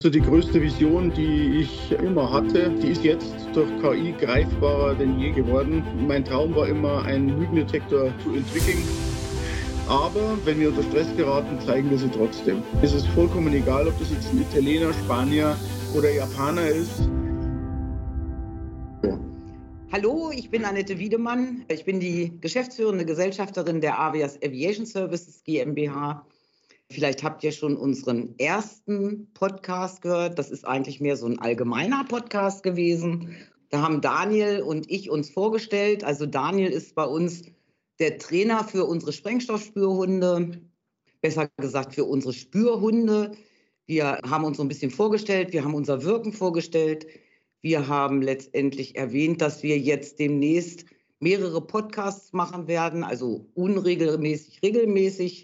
Also die größte Vision, die ich immer hatte, die ist jetzt durch KI greifbarer denn je geworden. Mein Traum war immer, einen Lügendetektor zu entwickeln. Aber wenn wir unter Stress geraten, zeigen wir sie trotzdem. Es ist vollkommen egal, ob das jetzt ein Italiener, Spanier oder Japaner ist. Hallo, ich bin Annette Wiedemann. Ich bin die geschäftsführende Gesellschafterin der Avias Aviation Services GmbH. Vielleicht habt ihr schon unseren ersten Podcast gehört. Das ist eigentlich mehr so ein allgemeiner Podcast gewesen. Da haben Daniel und ich uns vorgestellt. Also Daniel ist bei uns der Trainer für unsere Sprengstoffspürhunde, besser gesagt für unsere Spürhunde. Wir haben uns so ein bisschen vorgestellt, wir haben unser Wirken vorgestellt. Wir haben letztendlich erwähnt, dass wir jetzt demnächst mehrere Podcasts machen werden, also unregelmäßig, regelmäßig.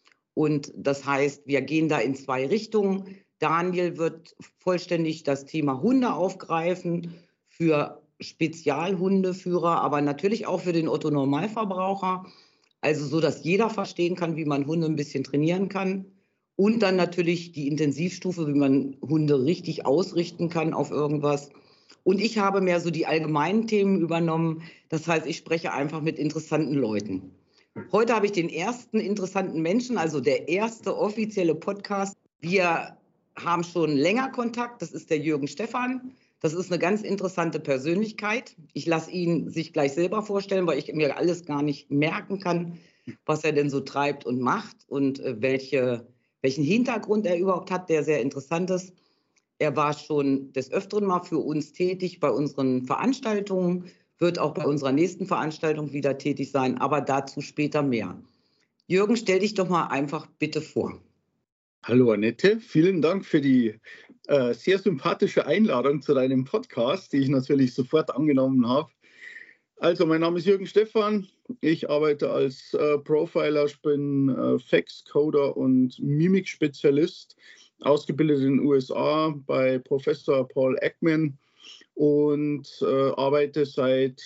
Und das heißt, wir gehen da in zwei Richtungen. Daniel wird vollständig das Thema Hunde aufgreifen für Spezialhundeführer, aber natürlich auch für den Otto-Normalverbraucher. Also so, dass jeder verstehen kann, wie man Hunde ein bisschen trainieren kann. Und dann natürlich die Intensivstufe, wie man Hunde richtig ausrichten kann auf irgendwas. Und ich habe mehr so die allgemeinen Themen übernommen. Das heißt, ich spreche einfach mit interessanten Leuten. Heute habe ich den ersten interessanten Menschen, also der erste offizielle Podcast. Wir haben schon länger Kontakt. Das ist der Jürgen Stephan. Das ist eine ganz interessante Persönlichkeit. Ich lasse ihn sich gleich selber vorstellen, weil ich mir alles gar nicht merken kann, was er denn so treibt und macht und welchen Hintergrund er überhaupt hat, der sehr interessant ist. Er war schon des Öfteren mal für uns tätig bei unseren Veranstaltungen, wird auch bei unserer nächsten Veranstaltung wieder tätig sein, aber dazu später mehr. Jürgen, stell dich doch mal einfach bitte vor. Hallo Annette, vielen Dank für die sehr sympathische Einladung zu deinem Podcast, die ich natürlich sofort angenommen habe. Also, mein Name ist Jürgen Stephan. Ich arbeite als Profiler, ich bin Fax-Coder und Mimik-Spezialist, ausgebildet in den USA bei Professor Paul Ekman und arbeite seit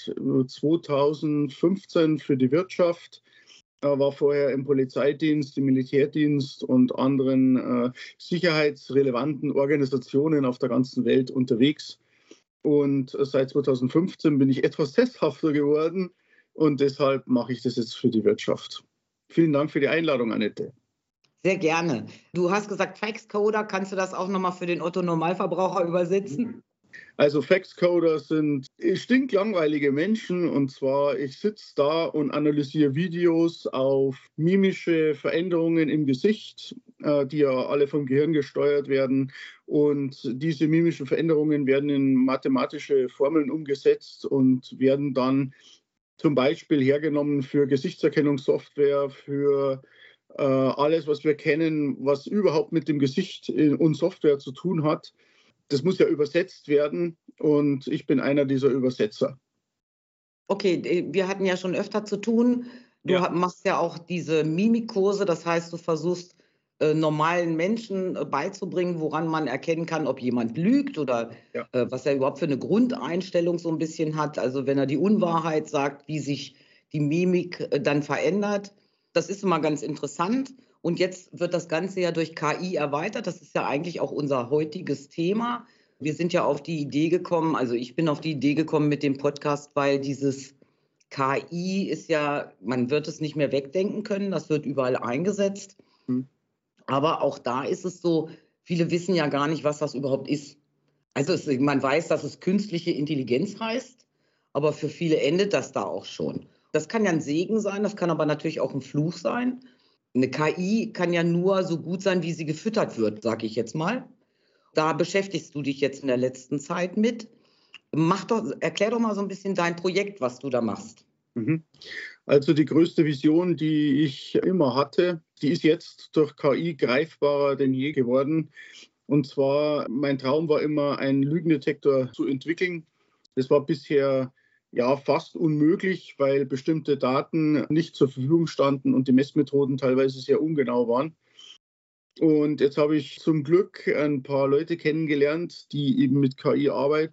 2015 für die Wirtschaft. War vorher im Polizeidienst, im Militärdienst und anderen sicherheitsrelevanten Organisationen auf der ganzen Welt unterwegs. Und seit 2015 bin ich etwas sesshafter geworden und deshalb mache ich das jetzt für die Wirtschaft. Vielen Dank für die Einladung, Annette. Sehr gerne. Du hast gesagt Fax-Coder. Kannst du das auch nochmal für den Otto-Normalverbraucher übersetzen? Also Fax-Coder sind stinklangweilige Menschen, und zwar ich sitze da und analysiere Videos auf mimische Veränderungen im Gesicht, die ja alle vom Gehirn gesteuert werden, und diese mimischen Veränderungen werden in mathematische Formeln umgesetzt und werden dann zum Beispiel hergenommen für Gesichtserkennungssoftware, für alles, was wir kennen, was überhaupt mit dem Gesicht und Software zu tun hat. Das muss ja übersetzt werden und ich bin einer dieser Übersetzer. Okay, wir hatten ja schon öfter zu tun. Du machst ja auch diese Mimikkurse, das heißt, du versuchst normalen Menschen beizubringen, woran man erkennen kann, ob jemand lügt oder was er überhaupt für eine Grundeinstellung so ein bisschen hat. Also wenn er die Unwahrheit sagt, wie sich die Mimik dann verändert. Das ist immer ganz interessant. Und jetzt wird das Ganze ja durch KI erweitert. Das ist ja eigentlich auch unser heutiges Thema. Wir sind ja auf die Idee gekommen, also ich bin auf die Idee gekommen mit dem Podcast, weil dieses KI ist ja, man wird es nicht mehr wegdenken können, das wird überall eingesetzt. Aber auch da ist es so, viele wissen ja gar nicht, was das überhaupt ist. Also man weiß, dass es künstliche Intelligenz heißt, aber für viele endet das da auch schon. Das kann ja ein Segen sein, das kann aber natürlich auch ein Fluch sein. Eine KI kann ja nur so gut sein, wie sie gefüttert wird, sage ich jetzt mal. Da beschäftigst du dich jetzt in der letzten Zeit mit. Erklär doch mal so ein bisschen dein Projekt, was du da machst. Also die größte Vision, die ich immer hatte, die ist jetzt durch KI greifbarer denn je geworden. Und zwar, mein Traum war immer, einen Lügendetektor zu entwickeln. Das war bisher fast unmöglich, weil bestimmte Daten nicht zur Verfügung standen und die Messmethoden teilweise sehr ungenau waren. Und jetzt habe ich zum Glück ein paar Leute kennengelernt, die eben mit KI arbeiten,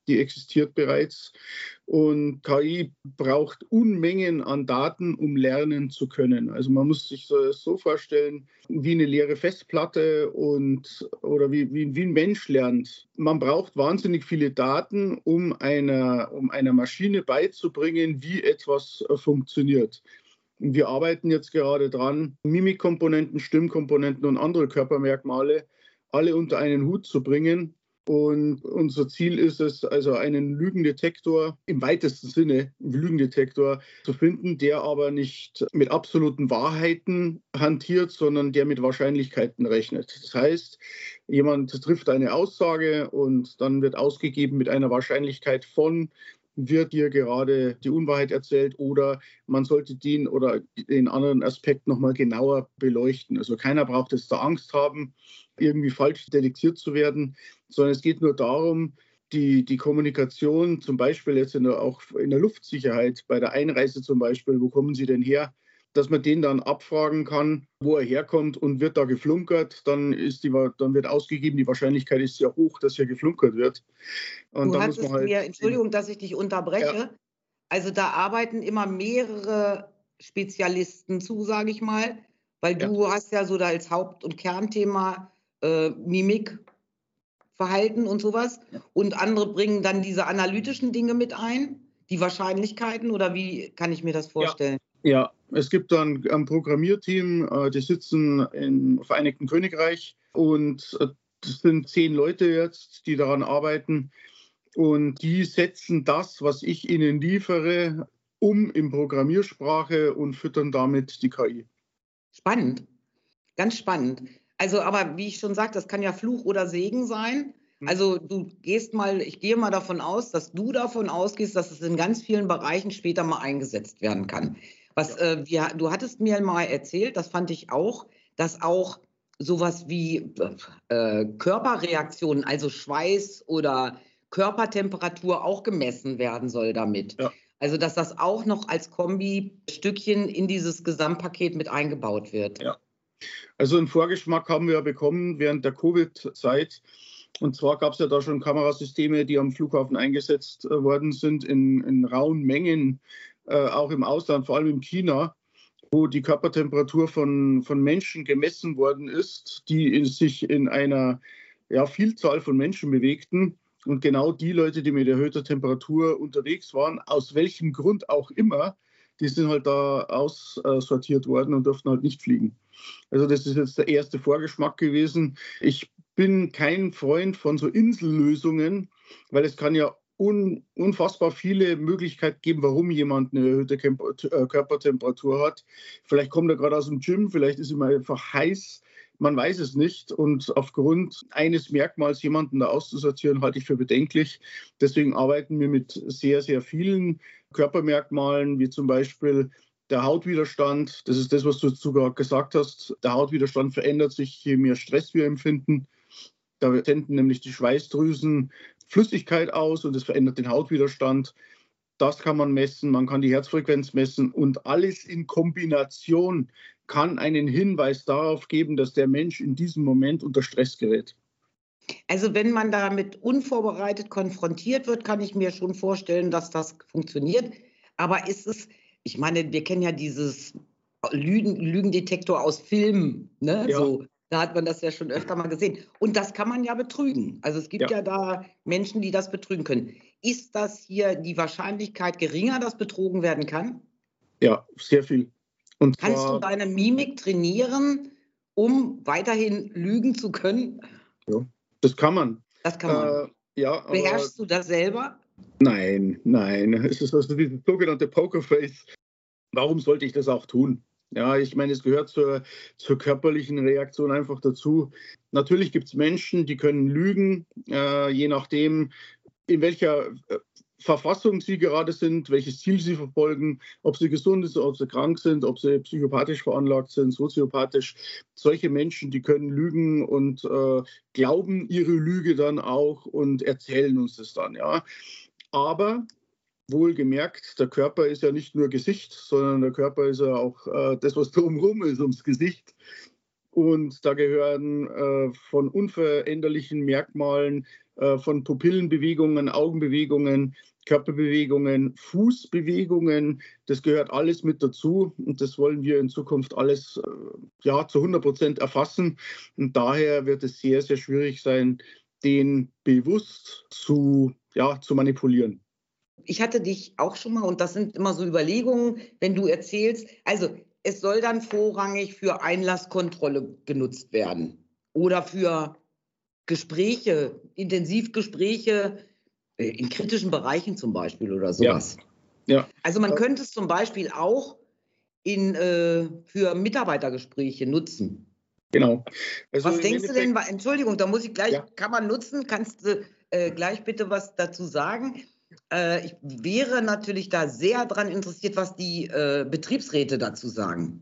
die existiert bereits. Und KI braucht Unmengen an Daten, um lernen zu können. Also man muss sich so vorstellen, wie eine leere Festplatte oder wie ein Mensch lernt. Man braucht wahnsinnig viele Daten, um einer Maschine beizubringen, wie etwas funktioniert. Und wir arbeiten jetzt gerade dran, Mimikkomponenten, Stimmkomponenten und andere Körpermerkmale alle unter einen Hut zu bringen. Und unser Ziel ist es, also einen Lügendetektor, im weitesten Sinne einen Lügendetektor zu finden, der aber nicht mit absoluten Wahrheiten hantiert, sondern der mit Wahrscheinlichkeiten rechnet. Das heißt, jemand trifft eine Aussage und dann wird ausgegeben mit einer Wahrscheinlichkeit von, wird dir gerade die Unwahrheit erzählt, oder man sollte den oder den anderen Aspekt nochmal genauer beleuchten. Also keiner braucht jetzt da Angst haben, irgendwie falsch detektiert zu werden, sondern es geht nur darum, die Kommunikation, zum Beispiel jetzt auch in der Luftsicherheit, bei der Einreise zum Beispiel, wo kommen Sie denn her, dass man den dann abfragen kann, wo er herkommt, und wird da geflunkert, dann wird ausgegeben, die Wahrscheinlichkeit ist sehr hoch, dass hier geflunkert wird. Und Du da muss man hattest halt. mir, Entschuldigung, dass ich dich unterbreche, Ja, also da arbeiten immer mehrere Spezialisten zu, sage ich mal, weil ja, du hast ja so da als Haupt- und Kernthema Mimik, Verhalten und sowas, und andere bringen dann diese analytischen Dinge mit ein, die Wahrscheinlichkeiten, oder wie kann ich mir das ja. vorstellen? Ja, es gibt dann ein Programmierteam, die sitzen im Vereinigten Königreich, und das sind 10 Leute jetzt, die daran arbeiten, und die setzen das, was ich ihnen liefere, in Programmiersprache und füttern damit die KI. Spannend, ganz spannend. Also, aber wie ich schon sagte, das kann ja Fluch oder Segen sein. Hm? Also ich gehe mal davon aus, dass du davon ausgehst, dass es in ganz vielen Bereichen später mal eingesetzt werden kann. Du hattest mir mal erzählt, das fand ich auch, dass auch sowas wie Körperreaktionen, also Schweiß oder Körpertemperatur auch gemessen werden soll damit. Ja, Also, dass das auch noch als Kombi-Stückchen in dieses Gesamtpaket mit eingebaut wird. ja. Also einen Vorgeschmack haben wir ja bekommen während der Covid-Zeit. Und zwar gab es ja da schon Kamerasysteme, die am Flughafen eingesetzt worden sind in rauen Mengen, auch im Ausland, vor allem in China, wo die Körpertemperatur von Menschen gemessen worden ist, die sich in einer Vielzahl von Menschen bewegten. Und genau die Leute, die mit erhöhter Temperatur unterwegs waren, aus welchem Grund auch immer, die sind halt da aussortiert worden und durften halt nicht fliegen. Also das ist jetzt der erste Vorgeschmack gewesen. Ich bin kein Freund von so Insellösungen, weil es kann ja unfassbar viele Möglichkeiten geben, warum jemand eine erhöhte Körpertemperatur hat. Vielleicht kommt er gerade aus dem Gym, vielleicht ist ihm einfach heiß, man weiß es nicht. Und aufgrund eines Merkmals jemanden da auszusortieren, halte ich für bedenklich. Deswegen arbeiten wir mit sehr, sehr vielen Körpermerkmalen, wie zum Beispiel der Hautwiderstand. Das ist das, was du sogar gesagt hast. Der Hautwiderstand verändert sich, je mehr Stress wir empfinden. Da senden nämlich die Schweißdrüsen Flüssigkeit aus und es verändert den Hautwiderstand. Das kann man messen, man kann die Herzfrequenz messen, und alles in Kombination kann einen Hinweis darauf geben, dass der Mensch in diesem Moment unter Stress gerät. Also, wenn man damit unvorbereitet konfrontiert wird, kann ich mir schon vorstellen, dass das funktioniert. Aber ich meine, wir kennen ja dieses Lügendetektor aus Filmen, ne? Ja, So, da hat man das ja schon öfter mal gesehen. Und das kann man ja betrügen. Also, es gibt ja, ja da Menschen, die das betrügen können. Ist das hier die Wahrscheinlichkeit geringer, dass betrogen werden kann? ja, sehr viel. Und Kannst du zwar, deine Mimik trainieren, um weiterhin lügen zu können? ja, das kann man. Das kann man. Ja, aber Beherrschst du das selber? nein, nein. Es ist also dieses sogenannte Pokerface. Warum sollte ich das auch tun? Ja, ich meine, es gehört zur körperlichen Reaktion einfach dazu. Natürlich gibt es Menschen, die können lügen, je nachdem, in welcher Verfassung sie gerade sind, welches Ziel sie verfolgen, ob sie gesund sind, ob sie krank sind, ob sie psychopathisch veranlagt sind, soziopathisch. Solche Menschen, die können lügen und glauben ihre Lüge dann auch und erzählen uns das dann. Ja. Aber wohlgemerkt, der Körper ist ja nicht nur Gesicht, sondern der Körper ist ja auch das, was drumherum ist, ums Gesicht. Und da gehören von unveränderlichen Merkmalen, von Pupillenbewegungen, Augenbewegungen, Körperbewegungen, Fußbewegungen, das gehört alles mit dazu. Und das wollen wir in Zukunft alles zu 100% erfassen. Und daher wird es sehr, sehr schwierig sein, den bewusst zu manipulieren. Ich hatte dich auch schon mal, und das sind immer so Überlegungen, wenn du erzählst, also es soll dann vorrangig für Einlasskontrolle genutzt werden oder für Gespräche, Intensivgespräche in kritischen Bereichen zum Beispiel oder sowas. Ja. Also man könnte es zum Beispiel auch für Mitarbeitergespräche nutzen. Genau. Also was denkst du denn, Entschuldigung, da muss ich gleich, kann man nutzen, kannst du gleich bitte was dazu sagen? Ich wäre natürlich da sehr daran interessiert, was die Betriebsräte dazu sagen.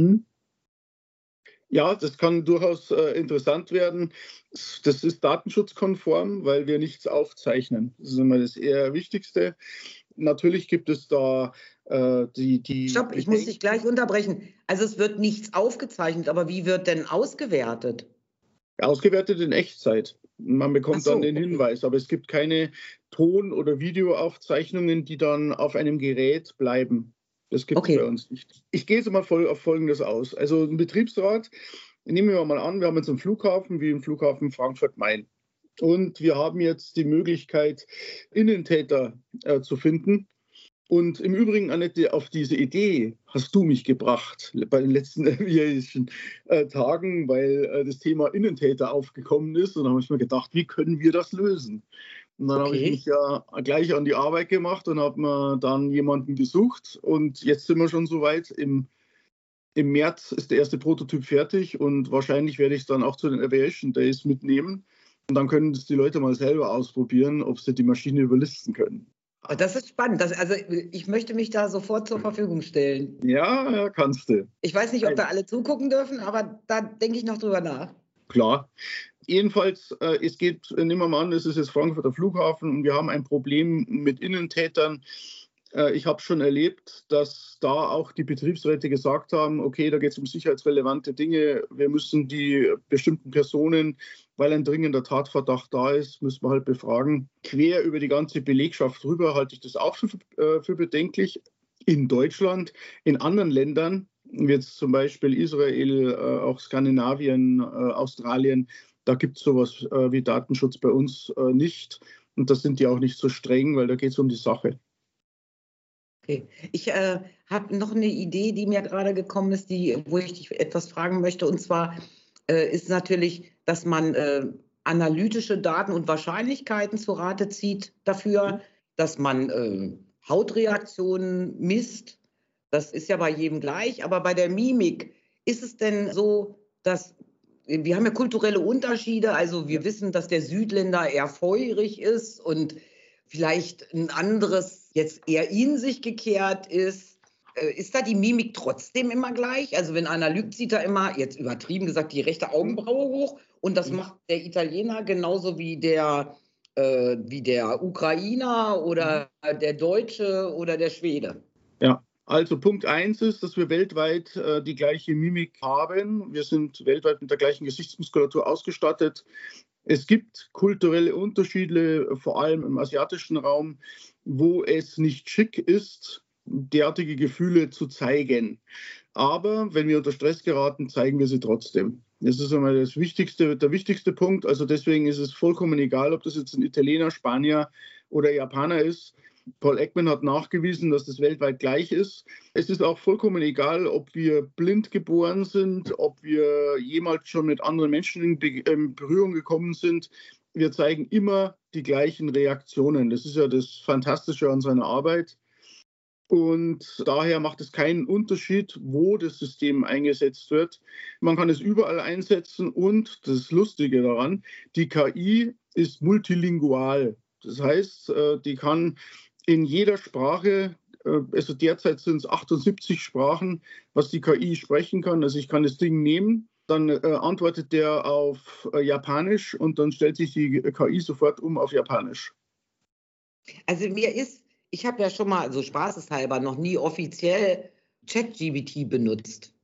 Ja, das kann durchaus interessant werden. Das ist datenschutzkonform, weil wir nichts aufzeichnen. Das ist immer das eher Wichtigste. Natürlich gibt es da die Stopp, ich muss dich gleich unterbrechen. Also es wird nichts aufgezeichnet, aber wie wird denn ausgewertet? Ausgewertet in Echtzeit. Man bekommt dann den Hinweis, aber es gibt keine Ton- oder Videoaufzeichnungen, die dann auf einem Gerät bleiben. Das gibt es bei uns nicht. Ich gehe jetzt mal auf Folgendes aus. Also ein Betriebsrat, nehmen wir mal an, wir haben jetzt einen Flughafen wie im Flughafen Frankfurt-Main. Und wir haben jetzt die Möglichkeit, Innentäter zu finden. Und im Übrigen, Annette, auf diese Idee hast du mich gebracht bei den letzten Tagen, weil das Thema Innentäter aufgekommen ist. Und da habe ich mir gedacht, wie können wir das lösen? Und dann habe ich mich ja gleich an die Arbeit gemacht und habe mir dann jemanden gesucht. Und jetzt sind wir schon soweit. Im März ist der erste Prototyp fertig und wahrscheinlich werde ich es dann auch zu den Aviation Days mitnehmen. Und dann können das die Leute mal selber ausprobieren, ob sie die Maschine überlisten können. Das ist spannend. Also ich möchte mich da sofort zur Verfügung stellen. Ja, kannst du. Ich weiß nicht, ob da alle zugucken dürfen, aber da denke ich noch drüber nach. Klar. Jedenfalls, es geht, nehmen wir mal an, es ist jetzt Frankfurter Flughafen und wir haben ein Problem mit Innentätern. Ich habe schon erlebt, dass da auch die Betriebsräte gesagt haben, okay, da geht es um sicherheitsrelevante Dinge. Wir müssen die bestimmten Personen, weil ein dringender Tatverdacht da ist, müssen wir halt befragen. Quer über die ganze Belegschaft rüber halte ich das auch für bedenklich. In Deutschland, in anderen Ländern, wie jetzt zum Beispiel Israel, auch Skandinavien, Australien, da gibt es sowas wie Datenschutz bei uns nicht. Und da sind die auch nicht so streng, weil da geht es um die Sache. Okay. Ich habe noch eine Idee, die mir gerade gekommen ist, wo ich dich etwas fragen möchte. Und zwar ist natürlich, dass man analytische Daten und Wahrscheinlichkeiten zu Rate zieht dafür, dass man Hautreaktionen misst. Das ist ja bei jedem gleich. Aber bei der Mimik ist es denn so, dass wir haben ja kulturelle Unterschiede. Also wir wissen, dass der Südländer eher feurig ist und vielleicht ein anderes jetzt eher in sich gekehrt ist. Ist da die Mimik trotzdem immer gleich? Also wenn einer lügt, zieht er immer, jetzt übertrieben gesagt, die rechte Augenbraue hoch und das macht der Italiener genauso wie der Ukrainer oder der Deutsche oder der Schwede. Ja. Also Punkt 1 ist, dass wir weltweit die gleiche Mimik haben. Wir sind weltweit mit der gleichen Gesichtsmuskulatur ausgestattet. Es gibt kulturelle Unterschiede, vor allem im asiatischen Raum, wo es nicht schick ist, derartige Gefühle zu zeigen. Aber wenn wir unter Stress geraten, zeigen wir sie trotzdem. Das ist einmal der wichtigste Punkt. Also deswegen ist es vollkommen egal, ob das jetzt ein Italiener, Spanier oder Japaner ist. Paul Ekman hat nachgewiesen, dass das weltweit gleich ist. Es ist auch vollkommen egal, ob wir blind geboren sind, ob wir jemals schon mit anderen Menschen in Berührung gekommen sind. Wir zeigen immer die gleichen Reaktionen. Das ist ja das Fantastische an seiner Arbeit. Und daher macht es keinen Unterschied, wo das System eingesetzt wird. Man kann es überall einsetzen und das Lustige daran, die KI ist multilingual. Das heißt, die kann in jeder Sprache, also derzeit sind es 78 Sprachen, was die KI sprechen kann. Also ich kann das Ding nehmen, dann antwortet der auf Japanisch und dann stellt sich die KI sofort um auf Japanisch. Also ich habe ja schon mal, so spaßeshalber, noch nie offiziell ChatGPT benutzt.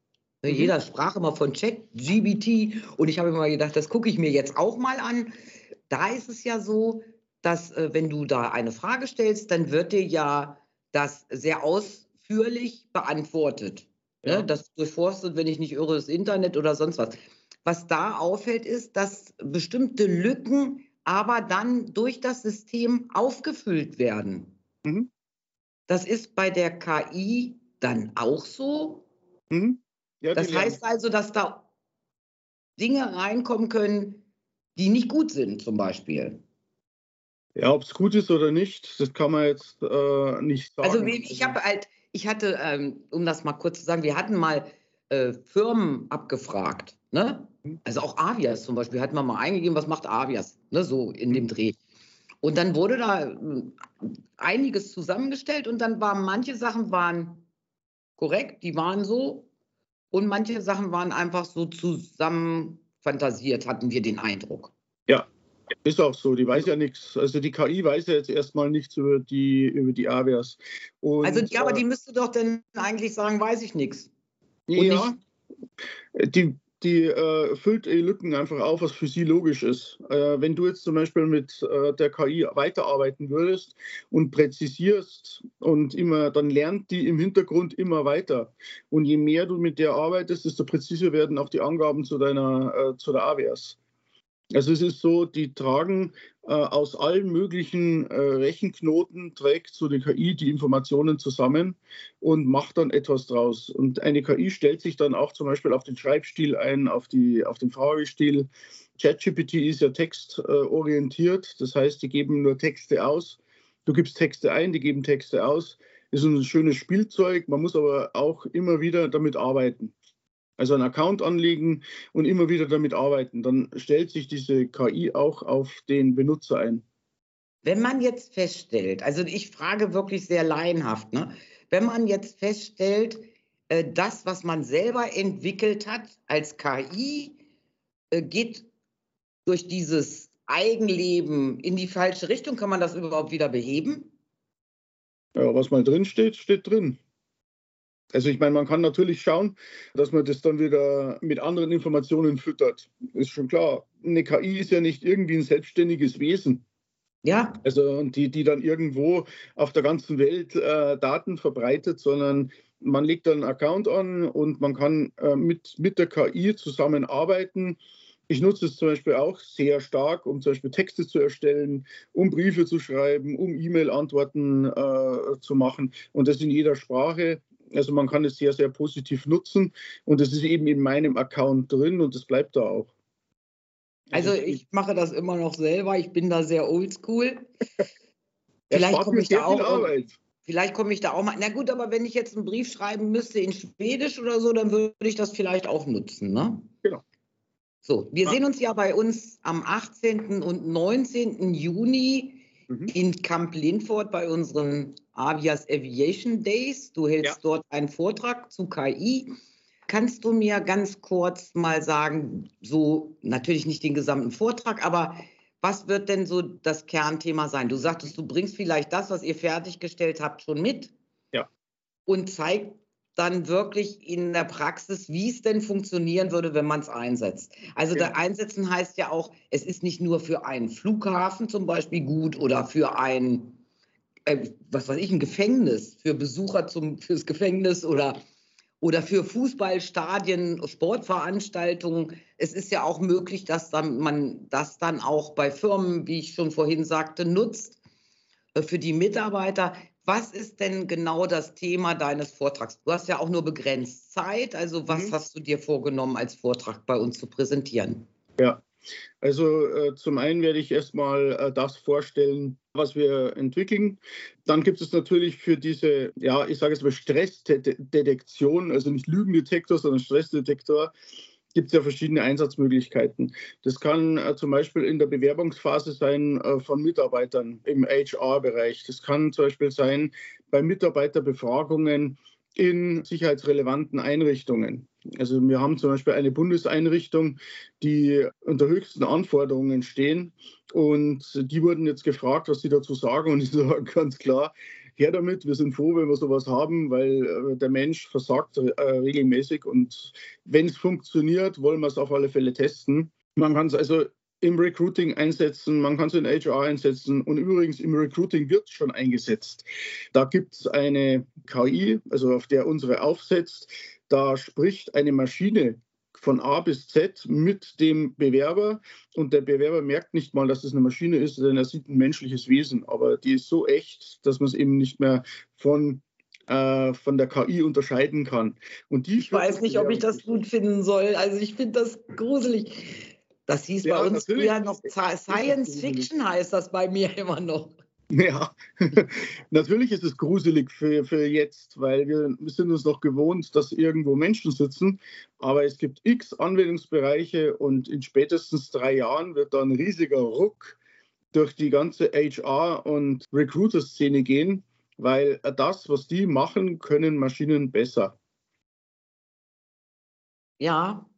Jeder sprach immer von ChatGPT und ich habe immer gedacht, das gucke ich mir jetzt auch mal an. Da ist es ja so, dass wenn du da eine Frage stellst, dann wird dir ja das sehr ausführlich beantwortet. Ja. Ne? Das durchforstet, wenn ich nicht irre, das Internet oder sonst was. Was da auffällt, ist, dass bestimmte Lücken aber dann durch das System aufgefüllt werden. Mhm. Das ist bei der KI dann auch so. Mhm. Ja, die Das lernen. heißt also, dass da Dinge reinkommen können, die nicht gut sind, zum Beispiel. Ja, ob es gut ist oder nicht, das kann man jetzt nicht Also sagen. ich hatte, um das mal kurz zu sagen, wir hatten mal Firmen abgefragt, ne? Mhm. Also auch Avias zum Beispiel, hatten wir mal eingegeben, was macht Avias, ne? So in dem Dreh. Und dann wurde da einiges zusammengestellt und dann waren manche Sachen waren korrekt, die waren so, und manche Sachen waren einfach so zusammenfantasiert, hatten wir den Eindruck. Ja, ist auch so. Die weiß ja nichts. Also die KI weiß ja jetzt erstmal nichts über die AWAs. Also, Und ja, aber die müsste doch dann eigentlich sagen, weiß ich nichts. Und ja, nicht, die füllt die Lücken einfach auf, was für sie logisch ist. Wenn du jetzt zum Beispiel mit der KI weiterarbeiten würdest und präzisierst und immer, dann lernt die im Hintergrund immer weiter. Und je mehr du mit der arbeitest, desto präziser werden auch die Angaben zu der AWAs. Also es ist so, die tragen aus allen möglichen Rechenknoten, trägt so eine KI die Informationen zusammen und macht dann etwas draus. Und eine KI stellt sich dann auch zum Beispiel auf den Schreibstil ein, auf den Fragestil. ChatGPT ist ja textorientiert, das heißt, die geben nur Texte aus. Du gibst Texte ein, die geben Texte aus. Ist ein schönes Spielzeug, man muss aber auch immer wieder damit arbeiten. Also einen Account anlegen und immer wieder damit arbeiten. Dann stellt sich diese KI auch auf den Benutzer ein. wenn man jetzt feststellt, also ich frage wirklich sehr laienhaft, ne? Wenn man jetzt feststellt, das, was man selber entwickelt hat als KI, geht durch dieses Eigenleben in die falsche Richtung, kann man das überhaupt wieder beheben? Ja, was mal drin steht, steht drin. Also ich meine, man kann natürlich schauen, dass man das dann wieder mit anderen Informationen füttert. Ist schon klar. Eine KI ist ja nicht irgendwie ein selbstständiges Wesen. Ja, Also die dann irgendwo auf der ganzen Welt Daten verbreitet, sondern man legt dann einen Account an und man kann mit der KI zusammenarbeiten. Ich nutze es zum Beispiel auch sehr stark, um zum Beispiel Texte zu erstellen, um Briefe zu schreiben, um E-Mail-Antworten zu machen und das in jeder Sprache. Also man kann es sehr, sehr positiv nutzen und das ist eben in meinem Account drin und das bleibt da auch. also ich mache das immer noch selber, ich bin da sehr oldschool. Es Vielleicht spart komme mir ich da sehr viel auch, Arbeit. vielleicht komme ich da auch mal. Na gut, aber wenn ich jetzt einen Brief schreiben müsste in Schwedisch oder so, dann würde ich das vielleicht auch nutzen, ne? Genau. So, wir Ja. sehen uns ja bei uns am 18. und 19. Juni Mhm. in Camp Lindford bei unseren Avias Aviation Days. Du hältst dort einen Vortrag zu KI. Kannst du mir ganz kurz mal sagen, so natürlich nicht den gesamten Vortrag, aber was wird denn so das Kernthema sein? Du sagtest, du bringst vielleicht das, was ihr fertiggestellt habt, schon mit Ja. und zeigt dann wirklich in der Praxis, wie es denn funktionieren würde, wenn man es einsetzt. Also Genau. der Einsetzen heißt ja auch, es ist nicht nur für einen Flughafen zum Beispiel gut oder für ein, was weiß ich, ein Gefängnis, für Besucher fürs Gefängnis oder für Fußballstadien, Sportveranstaltungen. Es ist ja auch möglich, dass man das dann auch bei Firmen, wie ich schon vorhin sagte, nutzt, für die Mitarbeiter. Was ist denn genau das Thema deines Vortrags? Du hast ja auch nur begrenzt Zeit. Also was hast du dir vorgenommen, als Vortrag bei uns zu präsentieren? Ja, also zum einen werde ich erstmal das vorstellen, was wir entwickeln. Dann gibt es natürlich für diese, ja, ich sage es mal Stressdetektion, also nicht Lügendetektor, sondern Stressdetektor, gibt es ja verschiedene Einsatzmöglichkeiten. Das kann zum Beispiel in der Bewerbungsphase sein von Mitarbeitern im HR-Bereich. Das kann zum Beispiel sein bei Mitarbeiterbefragungen in sicherheitsrelevanten Einrichtungen. Also wir haben zum Beispiel eine Bundeseinrichtung, die unter höchsten Anforderungen stehen und die wurden jetzt gefragt, was sie dazu sagen und die sagen ganz klar, her damit. Wir sind froh, wenn wir sowas haben, weil der Mensch versagt regelmäßig. Und wenn es funktioniert, wollen wir es auf alle Fälle testen. Man kann es also im Recruiting einsetzen, man kann es in HR einsetzen und übrigens im Recruiting wird es schon eingesetzt. Da gibt es eine KI, also auf der unsere aufsetzt, da spricht eine Maschine von A bis Z mit dem Bewerber und der Bewerber merkt nicht mal, dass es eine Maschine ist, denn er sieht ein menschliches Wesen, aber die ist so echt, dass man es eben nicht mehr von der KI unterscheiden kann. Und ich weiß nicht, ob ich das gut finden soll. Also ich finde das gruselig. Das hieß bei uns früher noch Science Fiction, heißt das bei mir immer noch. Ja, natürlich ist es gruselig für jetzt, weil wir sind uns noch gewohnt, dass irgendwo Menschen sitzen. Aber es gibt x Anwendungsbereiche und in spätestens 3 Jahren wird da ein riesiger Ruck durch die ganze HR- und Recruiter-Szene gehen, weil das, was die machen, können Maschinen besser. Ja.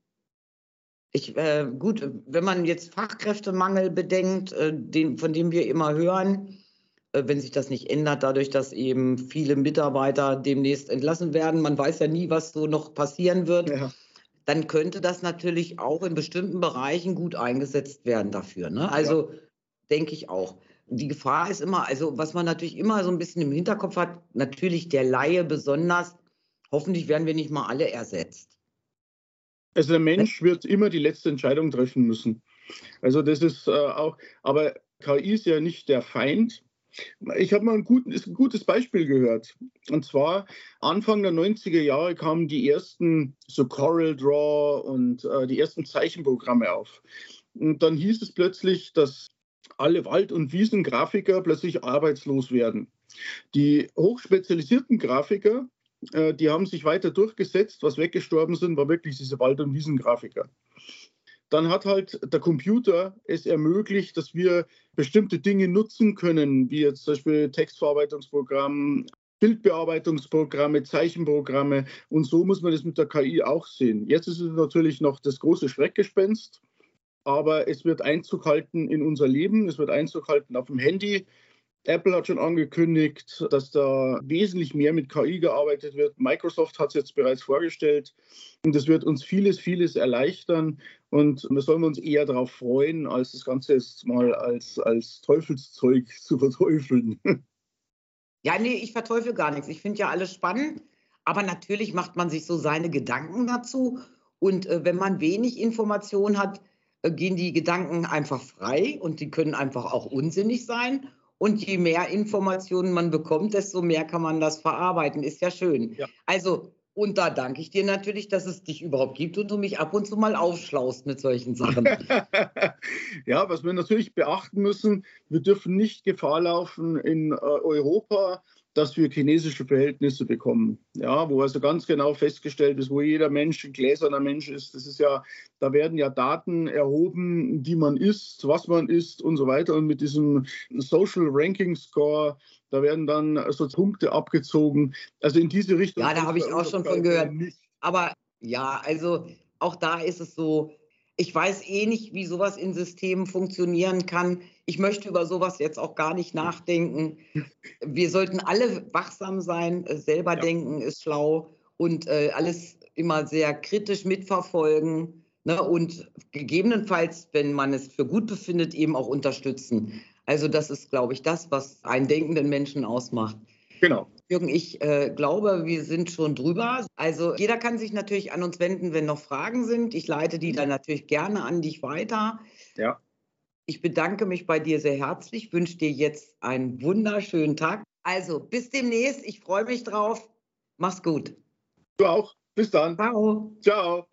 Gut, wenn man jetzt Fachkräftemangel bedenkt, von dem wir immer hören, wenn sich das nicht ändert, dadurch, dass eben viele Mitarbeiter demnächst entlassen werden, man weiß ja nie, was so noch passieren wird, Ja. Dann könnte das natürlich auch in bestimmten Bereichen gut eingesetzt werden dafür. Ne? Also denke ich auch. Die Gefahr ist immer, also was man natürlich immer so ein bisschen im Hinterkopf hat, natürlich der Laie besonders, hoffentlich werden wir nicht mal alle ersetzt. Also der Mensch wird immer die letzte Entscheidung treffen müssen. Also das ist aber KI ist ja nicht der Feind. Ich habe mal ein gutes Beispiel gehört. Und zwar Anfang der 90er Jahre kamen die ersten so Corel Draw und die ersten Zeichenprogramme auf. Und dann hieß es plötzlich, dass alle Wald- und Wiesengrafiker plötzlich arbeitslos werden. Die hochspezialisierten Grafiker, die haben sich weiter durchgesetzt. Was weggestorben sind, war wirklich diese Wald- und Wiesengrafiker. Dann hat halt der Computer es ermöglicht, dass wir bestimmte Dinge nutzen können, wie jetzt zum Beispiel Textverarbeitungsprogramm, Bildbearbeitungsprogramme, Zeichenprogramme. Und so muss man das mit der KI auch sehen. Jetzt ist es natürlich noch das große Schreckgespenst, aber es wird Einzug halten in unser Leben, es wird Einzug halten auf dem Handy. Apple hat schon angekündigt, dass da wesentlich mehr mit KI gearbeitet wird. Microsoft hat es jetzt bereits vorgestellt. Und das wird uns vieles erleichtern. Und wir sollen uns eher darauf freuen, als das Ganze jetzt mal als Teufelszeug zu verteufeln. Ja, nee, ich verteufel gar nichts. Ich finde ja alles spannend, aber natürlich macht man sich so seine Gedanken dazu. Und wenn man wenig Information hat, gehen die Gedanken einfach frei und die können einfach auch unsinnig sein. Und je mehr Informationen man bekommt, desto mehr kann man das verarbeiten. Ist ja schön. Ja. Also, und da danke ich dir natürlich, dass es dich überhaupt gibt und du mich ab und zu mal aufschlaust mit solchen Sachen. Ja, was wir natürlich beachten müssen, wir dürfen nicht Gefahr laufen in Europa, dass wir chinesische Verhältnisse bekommen. Ja, wo also ganz genau festgestellt ist, wo jeder Mensch ein gläserner Mensch ist. Das ist ja, da werden ja Daten erhoben, die man isst, was man isst und so weiter. Und mit diesem Social Ranking Score, da werden dann so Punkte abgezogen. Also in diese Richtung. Ja, da habe ich auch schon von gehört. Aber ja, also auch da ist es so, ich weiß eh nicht, wie sowas in Systemen funktionieren kann. Ich möchte über sowas jetzt auch gar nicht nachdenken. Wir sollten alle wachsam sein, selber denken ist schlau und alles immer sehr kritisch mitverfolgen, ne? Und gegebenenfalls, wenn man es für gut befindet, eben auch unterstützen. Also das ist, glaube ich, das, was einen denkenden Menschen ausmacht. Genau. Jürgen, ich glaube, wir sind schon drüber. Also jeder kann sich natürlich an uns wenden, wenn noch Fragen sind. Ich leite die dann natürlich gerne an dich weiter. Ja. Ich bedanke mich bei dir sehr herzlich, wünsche dir jetzt einen wunderschönen Tag. Also bis demnächst. Ich freue mich drauf. Mach's gut. Du auch. Bis dann. Ciao. Ciao.